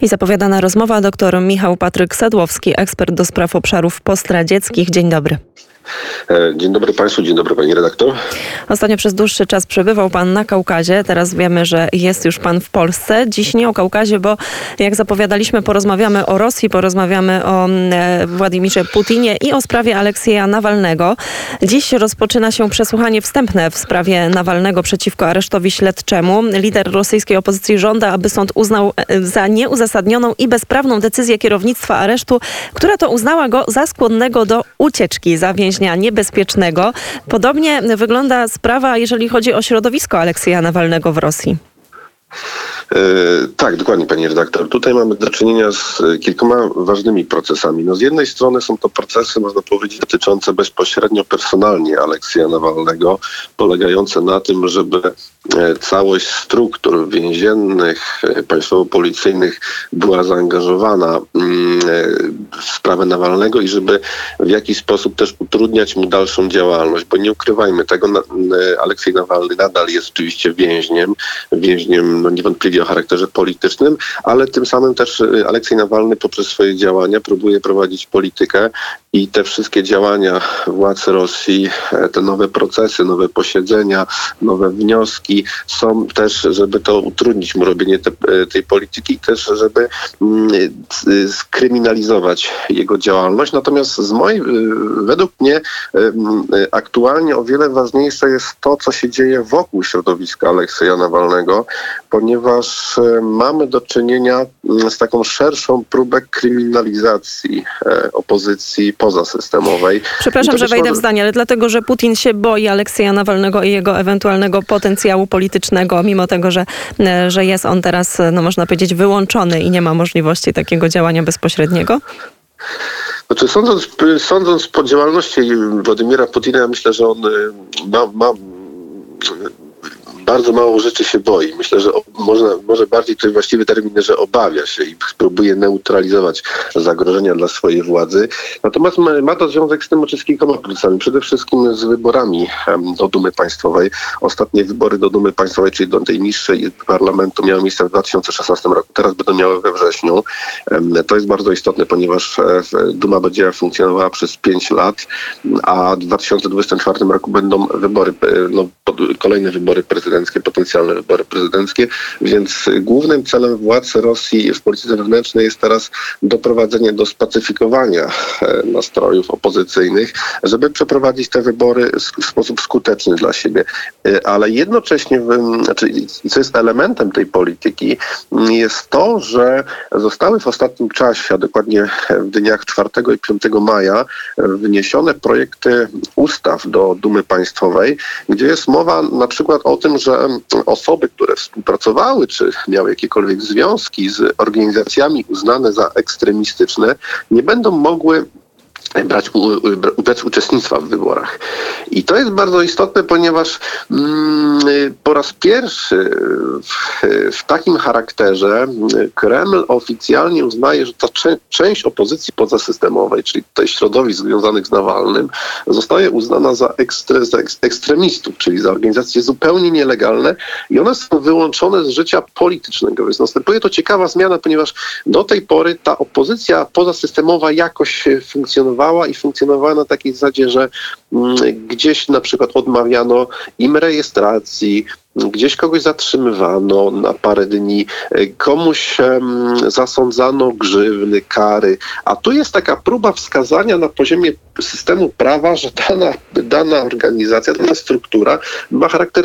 I zapowiadana rozmowa dr Michał Patryk Sadłowski, ekspert do spraw obszarów postradzieckich. Dzień dobry. Dzień dobry Państwu, dzień dobry Pani redaktor. Ostatnio przez dłuższy czas przebywał Pan na Kaukazie, teraz wiemy, że jest już Pan w Polsce. Dziś nie o Kaukazie, bo jak zapowiadaliśmy, porozmawiamy o Rosji, porozmawiamy o Władimirze Putinie i o sprawie Aleksieja Nawalnego. Dziś rozpoczyna się przesłuchanie wstępne w sprawie Nawalnego przeciwko aresztowi śledczemu. Lider rosyjskiej opozycji żąda, aby sąd uznał za nieuzasadnioną i bezprawną decyzję kierownictwa aresztu, która to uznała go za skłonnego do ucieczki, za więźnia niebezpiecznego. Podobnie wygląda sprawa, jeżeli chodzi o środowisko Aleksieja Nawalnego w Rosji. Tak, dokładnie Pani redaktor. Tutaj mamy do czynienia z kilkoma ważnymi procesami. Z jednej strony są to procesy, można powiedzieć, dotyczące bezpośrednio personalnie Aleksieja Nawalnego, polegające na tym, żeby całość struktur więziennych, państwowo-policyjnych była zaangażowana w sprawę Nawalnego i żeby w jakiś sposób też utrudniać mu dalszą działalność, bo nie ukrywajmy tego, Aleksiej Nawalny nadal jest oczywiście więźniem niewątpliwie o charakterze politycznym, ale tym samym też Aleksiej Nawalny poprzez swoje działania próbuje prowadzić politykę i te wszystkie działania władz Rosji, te nowe procesy, nowe posiedzenia, nowe wnioski są też, żeby to utrudnić mu robienie tej polityki, też żeby skryminalizować jego działalność. Natomiast według mnie aktualnie o wiele ważniejsze jest to, co się dzieje wokół środowiska Aleksieja Nawalnego, ponieważ mamy do czynienia z taką szerszą próbę kryminalizacji opozycji pozasystemowej. Przepraszam, że wejdę w zdanie, ale dlatego, że Putin się boi Aleksieja Nawalnego i jego ewentualnego potencjału politycznego, mimo tego, że jest on teraz, można powiedzieć, wyłączony i nie ma możliwości takiego działania bezpośredniego? Znaczy, sądząc po działalności Władimira Putina, ja myślę, że on ma bardzo mało rzeczy się boi. Myślę, że może bardziej to jest właściwy termin, że obawia się i próbuje neutralizować zagrożenia dla swojej władzy. Natomiast ma to związek z tym z kilkoma procesami. Przede wszystkim z wyborami do Dumy Państwowej. Ostatnie wybory do Dumy Państwowej, czyli do tej niższej parlamentu, miały miejsce w 2016 roku. Teraz będą miały we wrześniu. To jest bardzo istotne, ponieważ Duma będzie funkcjonowała przez 5 lat, a w 2024 roku będą wybory, kolejne wybory prezydenckie, potencjalne wybory prezydenckie, więc głównym celem władz Rosji w polityce wewnętrznej jest teraz doprowadzenie do spacyfikowania nastrojów opozycyjnych, żeby przeprowadzić te wybory w sposób skuteczny dla siebie. Ale jednocześnie, co jest elementem tej polityki, jest to, że zostały w ostatnim czasie, a dokładnie w dniach 4 i 5 maja, wniesione projekty ustaw do Dumy Państwowej, gdzie jest mowa na przykład o tym, że osoby, które współpracowały, czy miały jakiekolwiek związki z organizacjami uznane za ekstremistyczne, nie będą mogły brać uczestnictwa w wyborach. I to jest bardzo istotne, ponieważ po raz pierwszy w takim charakterze Kreml oficjalnie uznaje, że ta część opozycji pozasystemowej, czyli tej środowisk związanych z Nawalnym, zostaje uznana za ekstremistów, czyli za organizacje zupełnie nielegalne i one są wyłączone z życia politycznego. Więc następuje to ciekawa zmiana, ponieważ do tej pory ta opozycja pozasystemowa jakoś funkcjonowała na takiej zasadzie, że gdzieś na przykład odmawiano im rejestracji, gdzieś kogoś zatrzymywano na parę dni, komuś zasądzano grzywny, kary. A tu jest taka próba wskazania na poziomie systemu prawa, że dana organizacja, dana struktura ma charakter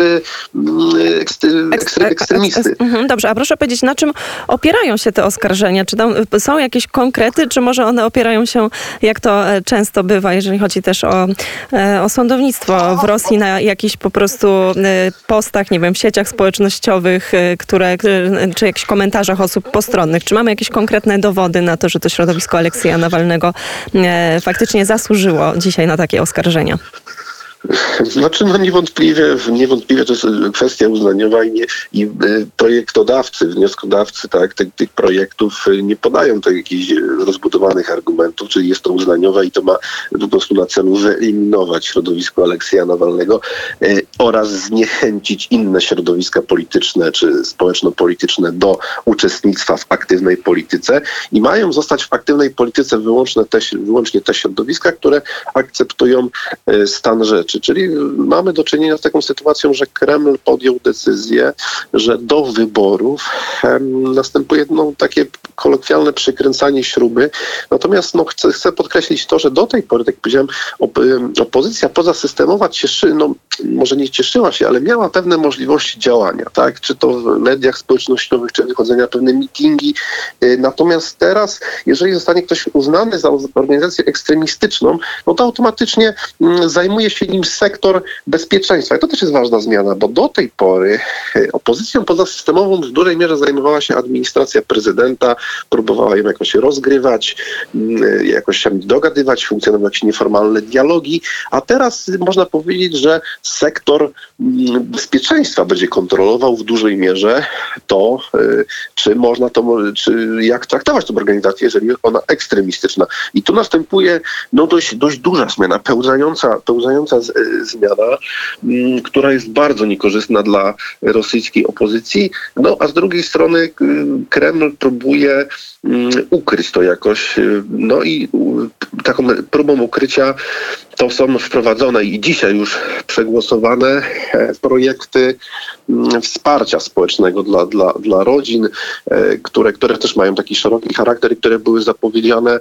ekstremisty. Dobrze, a proszę powiedzieć, na czym opierają się te oskarżenia? Czy tam są jakieś konkrety, czy może one opierają się, jak to często bywa, jeżeli chodzi też o sądownictwo w Rosji, na jakichś po prostu postach, nie wiem, w sieciach społecznościowych, czy jakichś komentarzach osób postronnych. Czy mamy jakieś konkretne dowody na to, że to środowisko Aleksieja Nawalnego faktycznie zasłużyło dzisiaj na takie oskarżenia? Znaczy, niewątpliwie to jest kwestia uznaniowa i projektodawcy, wnioskodawcy tych projektów nie podają jakichś rozbudowanych argumentów, czyli jest to uznaniowe i to ma po prostu na celu wyeliminować środowisko Aleksieja Nawalnego oraz zniechęcić inne środowiska polityczne czy społeczno-polityczne do uczestnictwa w aktywnej polityce i mają zostać w aktywnej polityce wyłącznie te środowiska, które akceptują stan rzeczy. Czyli mamy do czynienia z taką sytuacją, że Kreml podjął decyzję, że do wyborów następuje takie kolokwialne przykręcanie śruby. Natomiast chcę podkreślić to, że do tej pory, tak jak powiedziałem, opozycja pozasystemowa może nie cieszyła się, ale miała pewne możliwości działania, tak? Czy to w mediach społecznościowych, czy wychodzenia na pewne mitingi. Natomiast teraz, jeżeli zostanie ktoś uznany za organizację ekstremistyczną, to automatycznie zajmuje się nim sektor bezpieczeństwa. I to też jest ważna zmiana, bo do tej pory opozycją pozasystemową w dużej mierze zajmowała się administracja prezydenta, próbowała ją jakoś rozgrywać, jakoś się dogadywać, funkcjonowały jakieś nieformalne dialogi, a teraz można powiedzieć, że sektor bezpieczeństwa będzie kontrolował w dużej mierze to, czy jak traktować tę organizację, jeżeli jest ona ekstremistyczna. I tu następuje dość duża zmiana, pełzająca zmiana, która jest bardzo niekorzystna dla rosyjskiej opozycji, a z drugiej strony Kreml próbuje ukryć to jakoś, i taką próbą ukrycia to są wprowadzone i dzisiaj już przegłosowane projekty wsparcia społecznego dla rodzin, które też mają taki szeroki charakter i które były zapowiedziane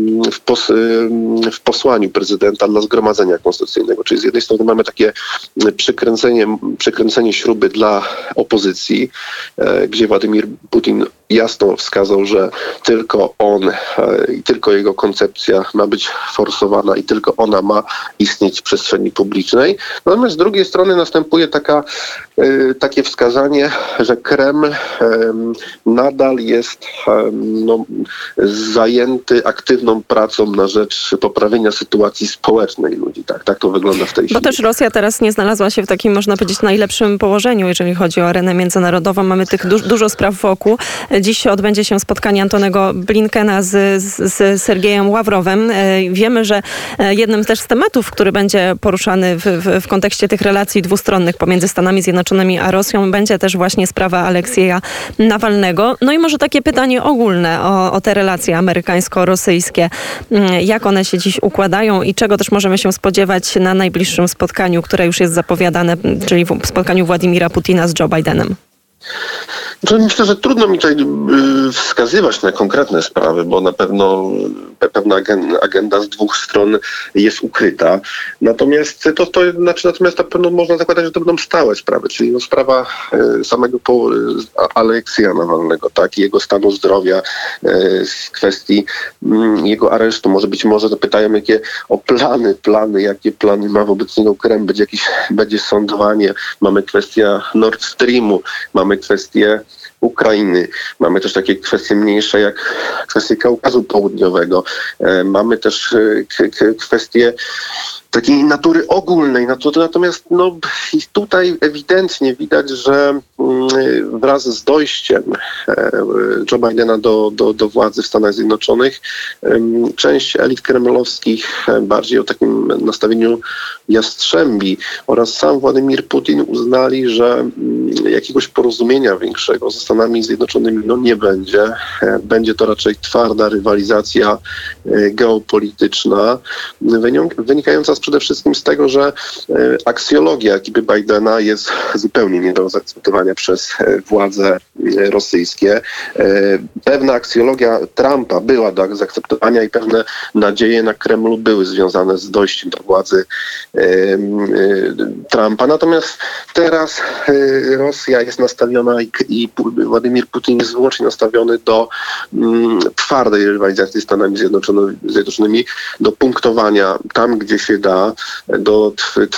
w posłaniu prezydenta dla Zgromadzenia Konstytucyjnego. Czyli z jednej strony mamy takie przykręcenie śruby dla opozycji, gdzie Władimir Putin jasno wskazał, że tylko on i tylko jego koncepcja ma być forsowana i tylko ona ma istnieć w przestrzeni publicznej. Natomiast z drugiej strony następuje takie wskazanie, że Kreml nadal jest zajęty aktywną pracą na rzecz poprawienia sytuacji społecznej ludzi. Tak to wygląda w tej chwili. Bo też Rosja teraz nie znalazła się w takim, można powiedzieć, najlepszym położeniu, jeżeli chodzi o arenę międzynarodową. Mamy tych dużo spraw wokół. Dziś odbędzie się spotkanie Antonego Blinkena z Sergiejem Ławrowem. Wiemy, że jednym też z tematów, który będzie poruszany w kontekście tych relacji dwustronnych pomiędzy Stanami Zjednoczonymi a Rosją, będzie też właśnie sprawa Aleksieja Nawalnego. I może takie pytanie ogólne o te relacje amerykańsko-rosyjskie. Jak one się dziś układają i czego też możemy się spodziewać na najbliższym spotkaniu, które już jest zapowiadane, czyli w spotkaniu Władimira Putina z Joe Bidenem? Myślę, że trudno mi tutaj wskazywać na konkretne sprawy, bo na pewno pewna agenda z dwóch stron jest ukryta. Natomiast na pewno można zakładać, że to będą stałe sprawy, czyli sprawa samego Aleksieja Nawalnego, tak, i jego stanu zdrowia, z kwestii jego aresztu. Może zapytają, jakie jakie plany ma wobec niego Kreml, będzie sądowanie, mamy kwestię Nord Streamu, mamy kwestię Ukrainy. Mamy też takie kwestie mniejsze jak kwestie Kaukazu Południowego. Mamy też kwestie takiej natury ogólnej. Natomiast tutaj ewidentnie widać, że wraz z dojściem Joe Bidena do władzy w Stanach Zjednoczonych część elit kremlowskich bardziej o takim nastawieniu jastrzębi oraz sam Władimir Putin uznali, że jakiegoś porozumienia większego ze Stanami Zjednoczonymi nie będzie. Będzie to raczej twarda rywalizacja geopolityczna, wynikająca przede wszystkim z tego, że aksjologia ekipy Bidena jest zupełnie nie do zaakceptowania przez władze rosyjskie. Pewna aksjologia Trumpa była do zaakceptowania i pewne nadzieje na Kremlu były związane z dojściem do władzy Trumpa. Natomiast teraz Rosja jest nastawiona i Władimir Putin jest wyłącznie nastawiony do twardej rywalizacji z Stanami Zjednoczonymi, do punktowania tam, gdzie się da, Putina do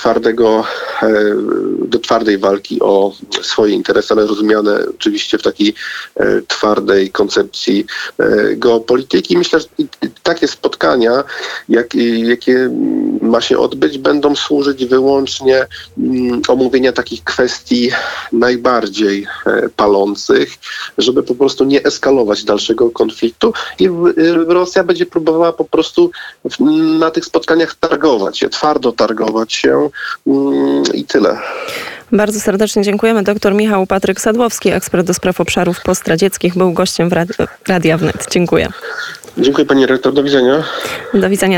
twardej walki o swoje interesy, ale rozumiane oczywiście w takiej twardej koncepcji geopolityki. Myślę, że takie spotkania, jakie ma się odbyć, będą służyć wyłącznie omówienia takich kwestii najbardziej palących, żeby po prostu nie eskalować dalszego konfliktu i Rosja będzie próbowała po prostu na tych spotkaniach twardo targować się i tyle. Bardzo serdecznie dziękujemy. Dr Michał Patryk Sadłowski, ekspert do spraw obszarów postradzieckich, był gościem Radia Wnet. Dziękuję. Dziękuję pani redaktor. Do widzenia. Do widzenia.